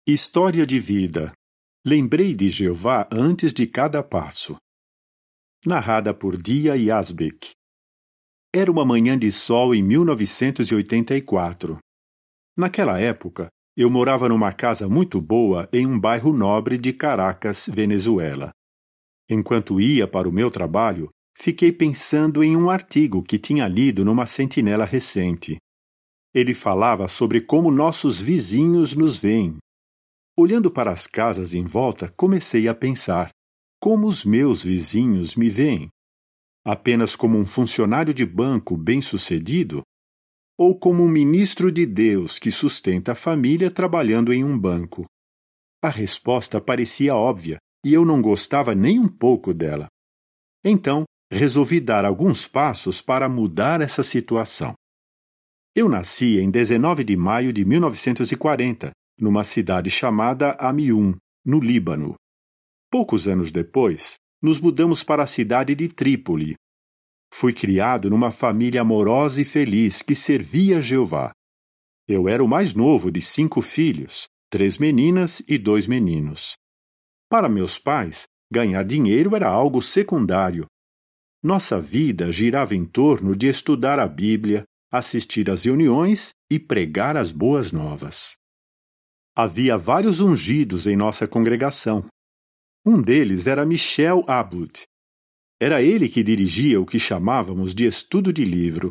História de vida. Lembrei de Jeová antes de cada passo. Narrada por Dia Yazbek. Era uma manhã de sol em 1984. Naquela época, eu morava numa casa muito boa em um bairro nobre de Caracas, Venezuela. Enquanto ia para o meu trabalho, fiquei pensando em um artigo que tinha lido numa sentinela recente. Ele falava sobre como nossos vizinhos nos veem. Olhando para as casas em volta, comecei a pensar: como os meus vizinhos me veem? Apenas como um funcionário de banco bem-sucedido? Ou como um ministro de Deus que sustenta a família trabalhando em um banco? A resposta parecia óbvia e eu não gostava nem um pouco dela. Então, resolvi dar alguns passos para mudar essa situação. Eu nasci em 19 de maio de 1940, numa cidade chamada Amium, no Líbano. Poucos anos depois, nos mudamos para a cidade de Trípoli. Fui criado numa família amorosa e feliz que servia a Jeová. Eu era o mais novo de 5 filhos, 3 meninas e 2 meninos. Para meus pais, ganhar dinheiro era algo secundário. Nossa vida girava em torno de estudar a Bíblia, assistir às reuniões e pregar as boas novas. Havia vários ungidos em nossa congregação. Um deles era Michel Abud. Era ele que dirigia o que chamávamos de estudo de livro.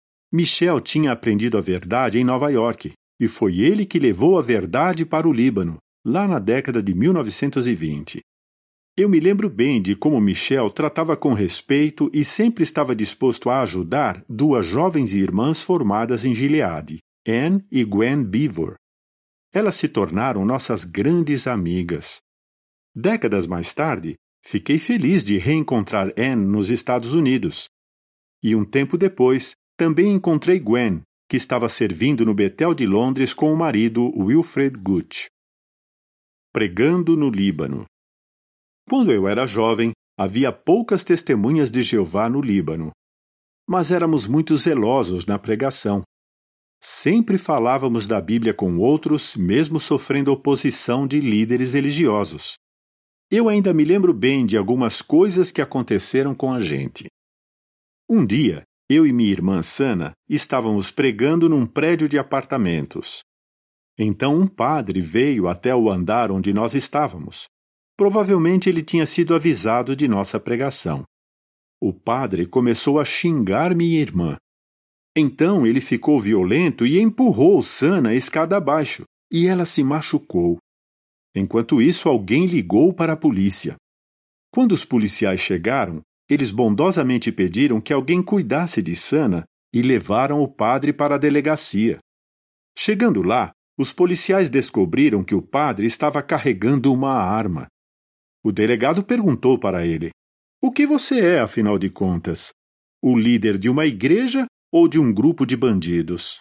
Michel tinha aprendido a verdade em Nova York, e foi ele que levou a verdade para o Líbano, lá na década de 1920. Eu me lembro bem de como Michel tratava com respeito e sempre estava disposto a ajudar 2 jovens irmãs formadas em Gileade, Anne e Gwen Beaver. Elas se tornaram nossas grandes amigas. Décadas mais tarde, fiquei feliz de reencontrar Anne nos Estados Unidos. E um tempo depois, também encontrei Gwen, que estava servindo no Betel de Londres com o marido Wilfred Gooch. Pregando no Líbano. Quando eu era jovem, havia poucas testemunhas de Jeová no Líbano. Mas éramos muito zelosos na pregação. Sempre falávamos da Bíblia com outros, mesmo sofrendo oposição de líderes religiosos. Eu ainda me lembro bem de algumas coisas que aconteceram com a gente. Um dia, eu e minha irmã Sana estávamos pregando num prédio de apartamentos. Então um padre veio até o andar onde nós estávamos. Provavelmente ele tinha sido avisado de nossa pregação. O padre começou a xingar minha irmã. Então ele ficou violento e empurrou Sana a escada abaixo, e ela se machucou. Enquanto isso, alguém ligou para a polícia. Quando os policiais chegaram, eles bondosamente pediram que alguém cuidasse de Sana e levaram o padre para a delegacia. Chegando lá, os policiais descobriram que o padre estava carregando uma arma. O delegado perguntou para ele: "O que você é, afinal de contas? O líder de uma igreja ou de um grupo de bandidos?"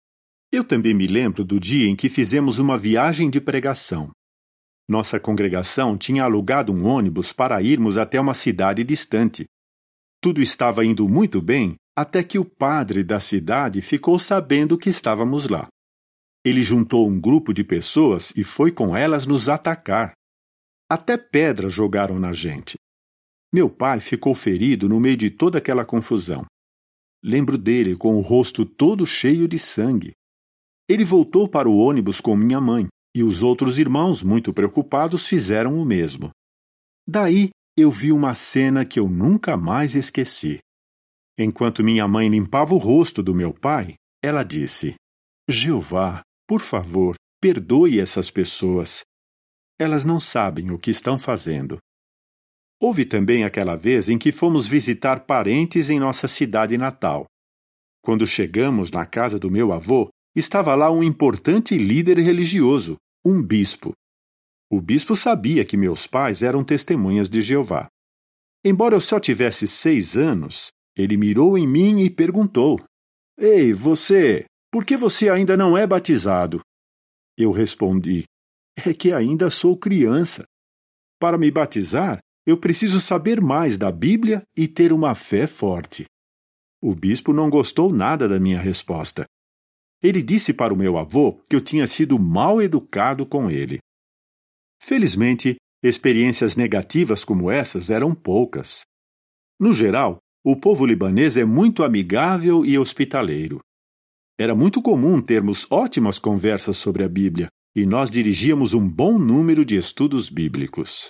Eu também me lembro do dia em que fizemos uma viagem de pregação. Nossa congregação tinha alugado um ônibus para irmos até uma cidade distante. Tudo estava indo muito bem até que o padre da cidade ficou sabendo que estávamos lá. Ele juntou um grupo de pessoas e foi com elas nos atacar. Até pedras jogaram na gente. Meu pai ficou ferido no meio de toda aquela confusão. Lembro dele com o rosto todo cheio de sangue. Ele voltou para o ônibus com minha mãe, e os outros irmãos, muito preocupados, fizeram o mesmo. Daí, eu vi uma cena que eu nunca mais esqueci. Enquanto minha mãe limpava o rosto do meu pai, ela disse: "Jeová, por favor, perdoe essas pessoas. Elas não sabem o que estão fazendo." Houve também aquela vez em que fomos visitar parentes em nossa cidade natal. Quando chegamos na casa do meu avô, estava lá um importante líder religioso, um bispo. O bispo sabia que meus pais eram testemunhas de Jeová. Embora eu só tivesse 6 anos, ele mirou em mim e perguntou: "Ei, você, por que você ainda não é batizado?" Eu respondi: "É que ainda sou criança. Para me batizar, eu preciso saber mais da Bíblia e ter uma fé forte." O bispo não gostou nada da minha resposta. ele disse para o meu avô que eu tinha sido mal educado com ele. Felizmente, experiências negativas como essas eram poucas. No geral, o povo libanês é muito amigável e hospitaleiro. Era muito comum termos ótimas conversas sobre a Bíblia, e nós dirigíamos um bom número de estudos bíblicos.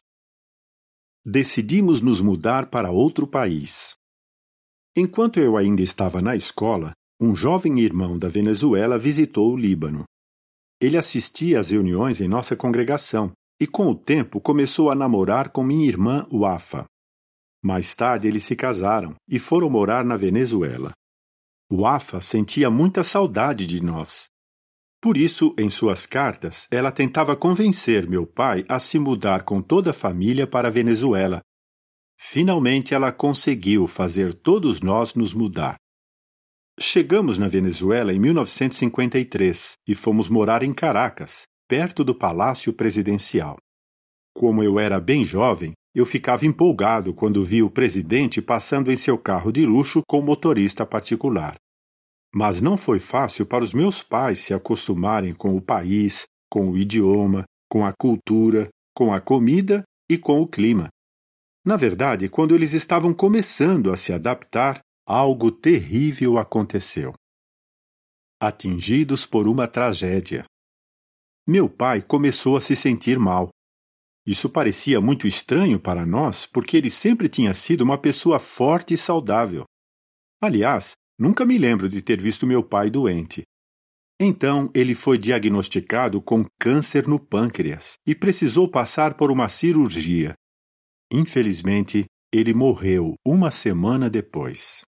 Decidimos nos mudar para outro país. Enquanto eu ainda estava na escola, um jovem irmão da Venezuela visitou o Líbano. Ele assistia às reuniões em nossa congregação e, com o tempo, começou a namorar com minha irmã Wafa. Mais tarde, eles se casaram e foram morar na Venezuela. Wafa sentia muita saudade de nós. Por isso, em suas cartas, ela tentava convencer meu pai a se mudar com toda a família para a Venezuela. Finalmente, ela conseguiu fazer todos nós nos mudar. Chegamos na Venezuela em 1953 e fomos morar em Caracas, perto do Palácio Presidencial. Como eu era bem jovem, eu ficava empolgado quando vi o presidente passando em seu carro de luxo com motorista particular. Mas não foi fácil para os meus pais se acostumarem com o país, com o idioma, com a cultura, com a comida e com o clima. Na verdade, quando eles estavam começando a se adaptar, algo terrível aconteceu. Atingidos por uma tragédia. Meu pai começou a se sentir mal. Isso parecia muito estranho para nós, porque ele sempre tinha sido uma pessoa forte e saudável. Aliás, nunca me lembro de ter visto meu pai doente. Então, ele foi diagnosticado com câncer no pâncreas e precisou passar por uma cirurgia. Infelizmente, ele morreu uma semana depois.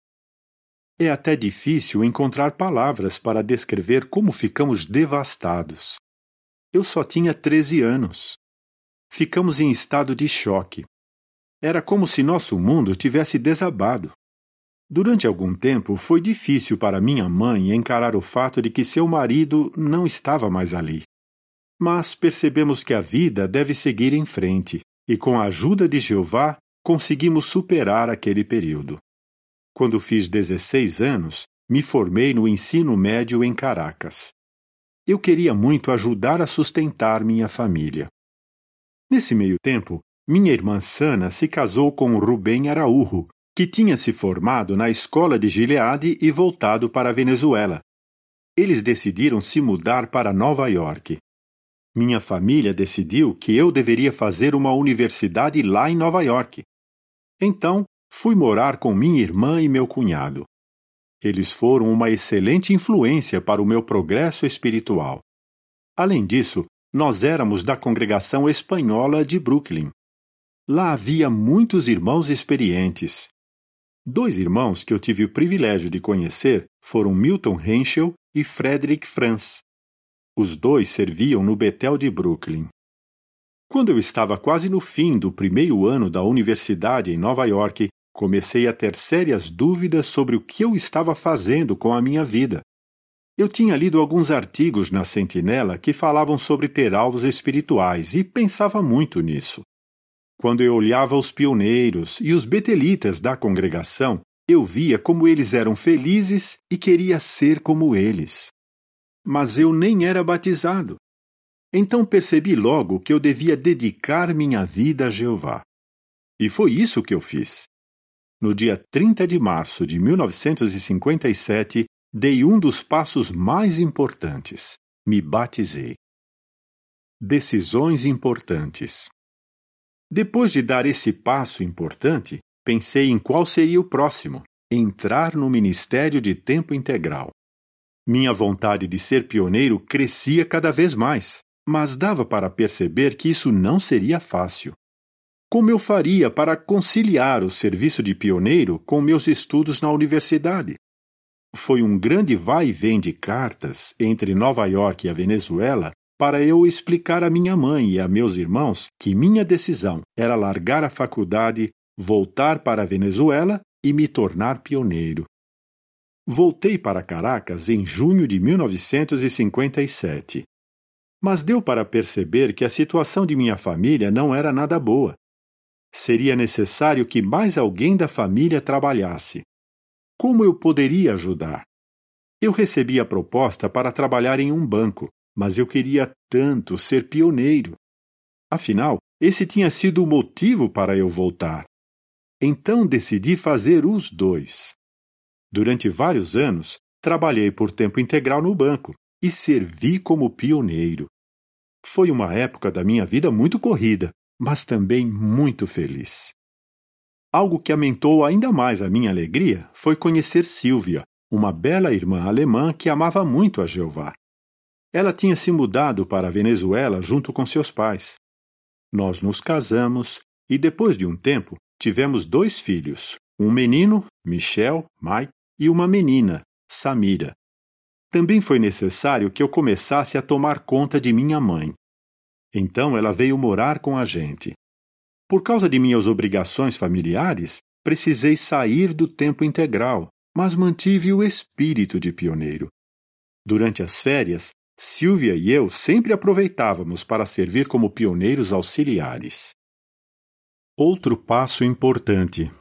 É até difícil encontrar palavras para descrever como ficamos devastados. Eu só tinha 13 anos. Ficamos em estado de choque. Era como se nosso mundo tivesse desabado. Durante algum tempo, foi difícil para minha mãe encarar o fato de que seu marido não estava mais ali. Mas percebemos que a vida deve seguir em frente, e com a ajuda de Jeová, conseguimos superar aquele período. Quando fiz 16 anos, me formei no ensino médio em Caracas. Eu queria muito ajudar a sustentar minha família. Nesse meio tempo, minha irmã Sana se casou com Rubem Araújo, que tinha se formado na escola de Gileade e voltado para a Venezuela. Eles decidiram se mudar para Nova York. Minha família decidiu que eu deveria fazer uma universidade lá em Nova York. Então, fui morar com minha irmã e meu cunhado. Eles foram uma excelente influência para o meu progresso espiritual. Além disso, nós éramos da congregação espanhola de Brooklyn. Lá havia muitos irmãos experientes. 2 irmãos que eu tive o privilégio de conhecer foram Milton Henschel e Frederick Franz. Os 2 serviam no Betel de Brooklyn. Quando eu estava quase no fim do primeiro ano da universidade em Nova York, comecei a ter sérias dúvidas sobre o que eu estava fazendo com a minha vida. Eu tinha lido alguns artigos na Sentinela que falavam sobre ter alvos espirituais e pensava muito nisso. Quando eu olhava os pioneiros e os betelitas da congregação, eu via como eles eram felizes e queria ser como eles. Mas eu nem era batizado. Então percebi logo que eu devia dedicar minha vida a Jeová. E foi isso que eu fiz. No dia 30 de março de 1957, dei um dos passos mais importantes. Me batizei. Decisões importantes. Depois de dar esse passo importante, pensei em qual seria o próximo: entrar no ministério de tempo integral. Minha vontade de ser pioneiro crescia cada vez mais, mas dava para perceber que isso não seria fácil. Como eu faria para conciliar o serviço de pioneiro com meus estudos na universidade? Foi um grande vai e vem de cartas entre Nova York e a Venezuela para eu explicar a minha mãe e a meus irmãos que minha decisão era largar a faculdade, voltar para a Venezuela e me tornar pioneiro. Voltei para Caracas em junho de 1957. Mas deu para perceber que a situação de minha família não era nada boa. Seria necessário que mais alguém da família trabalhasse. Como eu poderia ajudar? Eu recebi a proposta para trabalhar em um banco, mas eu queria tanto ser pioneiro. Afinal, esse tinha sido o motivo para eu voltar. Então decidi fazer os dois. Durante vários anos, trabalhei por tempo integral no banco e servi como pioneiro. Foi uma época da minha vida muito corrida, mas também muito feliz. Algo que aumentou ainda mais a minha alegria foi conhecer Silvia, uma bela irmã alemã que amava muito a Jeová. Ela tinha se mudado para a Venezuela junto com seus pais. Nós nos casamos e, depois de um tempo, tivemos 2 filhos, um menino, Michel, Mike, e uma menina, Samira. Também foi necessário que eu começasse a tomar conta de minha mãe. Então ela veio morar com a gente. Por causa de minhas obrigações familiares, precisei sair do tempo integral, mas mantive o espírito de pioneiro. Durante as férias, Silvia e eu sempre aproveitávamos para servir como pioneiros auxiliares. Outro passo importante.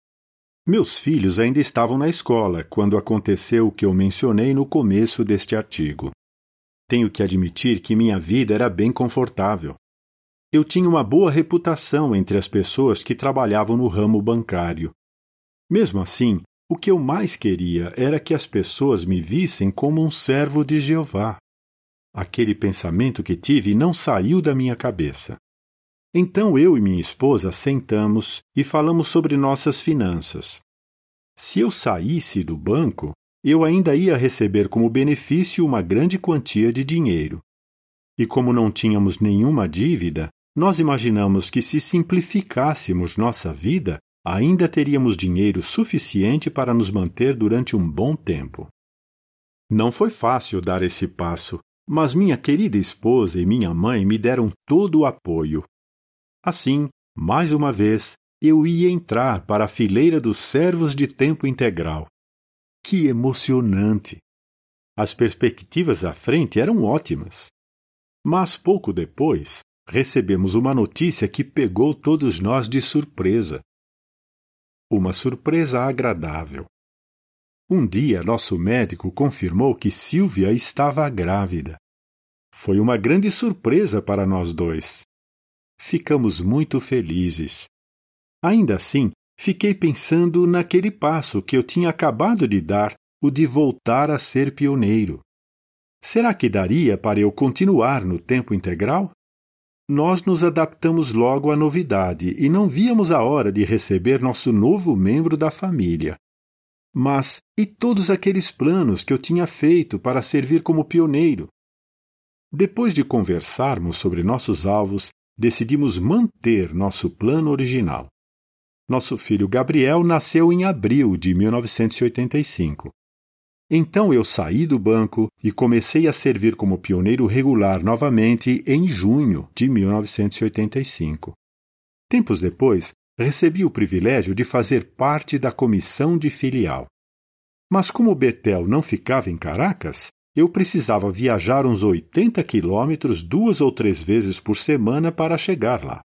Meus filhos ainda estavam na escola quando aconteceu o que eu mencionei no começo deste artigo. Tenho que admitir que minha vida era bem confortável. Eu tinha uma boa reputação entre as pessoas que trabalhavam no ramo bancário. Mesmo assim, o que eu mais queria era que as pessoas me vissem como um servo de Jeová. Aquele pensamento que tive não saiu da minha cabeça. Então eu e minha esposa sentamos e falamos sobre nossas finanças. Se eu saísse do banco, eu ainda ia receber como benefício uma grande quantia de dinheiro. E como não tínhamos nenhuma dívida, nós imaginamos que se simplificássemos nossa vida, ainda teríamos dinheiro suficiente para nos manter durante um bom tempo. Não foi fácil dar esse passo, mas minha querida esposa e minha mãe me deram todo o apoio. Assim, mais uma vez, eu ia entrar para a fileira dos servos de tempo integral. Que emocionante! As perspectivas à frente eram ótimas. Mas pouco depois, recebemos uma notícia que pegou todos nós de surpresa. Uma surpresa agradável. Um dia, nosso médico confirmou que Silvia estava grávida. Foi uma grande surpresa para nós dois. Ficamos muito felizes. Ainda assim, fiquei pensando naquele passo que eu tinha acabado de dar, o de voltar a ser pioneiro. Será que daria para eu continuar no tempo integral? Nós nos adaptamos logo à novidade e não víamos a hora de receber nosso novo membro da família. Mas e todos aqueles planos que eu tinha feito para servir como pioneiro? Depois de conversarmos sobre nossos alvos, decidimos manter nosso plano original. Nosso filho Gabriel nasceu em abril de 1985. Então eu saí do banco e comecei a servir como pioneiro regular novamente em junho de 1985. Tempos depois, recebi o privilégio de fazer parte da comissão de filial. Mas como Betel não ficava em Caracas, eu precisava viajar uns 80 quilômetros 2 ou 3 vezes por semana para chegar lá.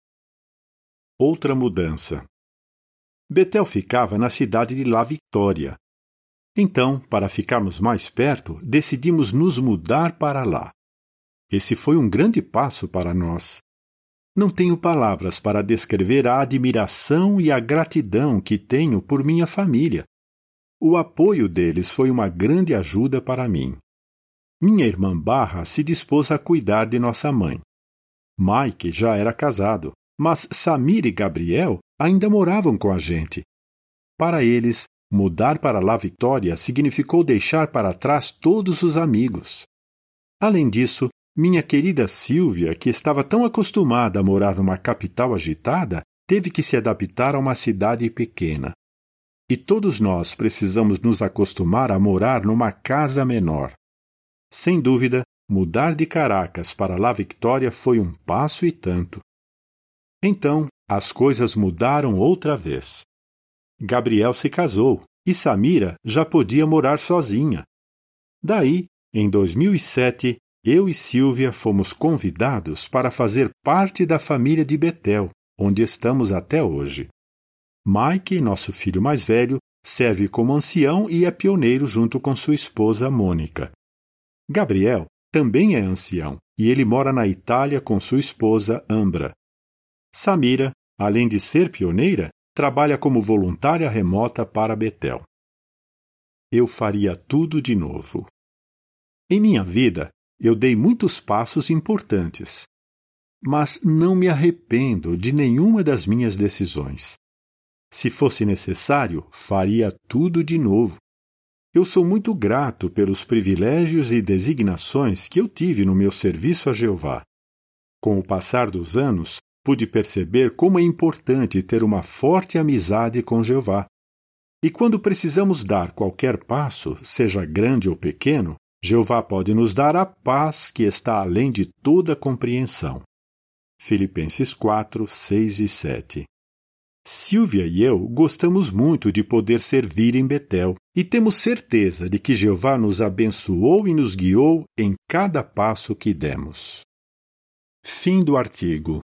Outra mudança. Betel ficava na cidade de La Victoria. Então, para ficarmos mais perto, decidimos nos mudar para lá. Esse foi um grande passo para nós. Não tenho palavras para descrever a admiração e a gratidão que tenho por minha família. O apoio deles foi uma grande ajuda para mim. Minha irmã Barra se dispôs a cuidar de nossa mãe. Mike já era casado, mas Samir e Gabriel ainda moravam com a gente. Para eles, mudar para La Victoria significou deixar para trás todos os amigos. Além disso, minha querida Silvia, que estava tão acostumada a morar numa capital agitada, teve que se adaptar a uma cidade pequena. E todos nós precisamos nos acostumar a morar numa casa menor. Sem dúvida, mudar de Caracas para La Victoria foi um passo e tanto. Então, as coisas mudaram outra vez. Gabriel se casou e Samira já podia morar sozinha. Daí, em 2007, eu e Silvia fomos convidados para fazer parte da família de Betel, onde estamos até hoje. Mike, nosso filho mais velho, serve como ancião e é pioneiro junto com sua esposa Mônica. Gabriel também é ancião e ele mora na Itália com sua esposa Ambra. Samira, além de ser pioneira, trabalha como voluntária remota para Betel. Eu faria tudo de novo. Em minha vida, eu dei muitos passos importantes, mas não me arrependo de nenhuma das minhas decisões. Se fosse necessário, faria tudo de novo. Eu sou muito grato pelos privilégios e designações que eu tive no meu serviço a Jeová. Com o passar dos anos, pude perceber como é importante ter uma forte amizade com Jeová. E quando precisamos dar qualquer passo, seja grande ou pequeno, Jeová pode nos dar a paz que está além de toda compreensão. Filipenses 4, 6 e 7. Silvia e eu gostamos muito de poder servir em Betel e temos certeza de que Jeová nos abençoou e nos guiou em cada passo que demos. Fim do artigo.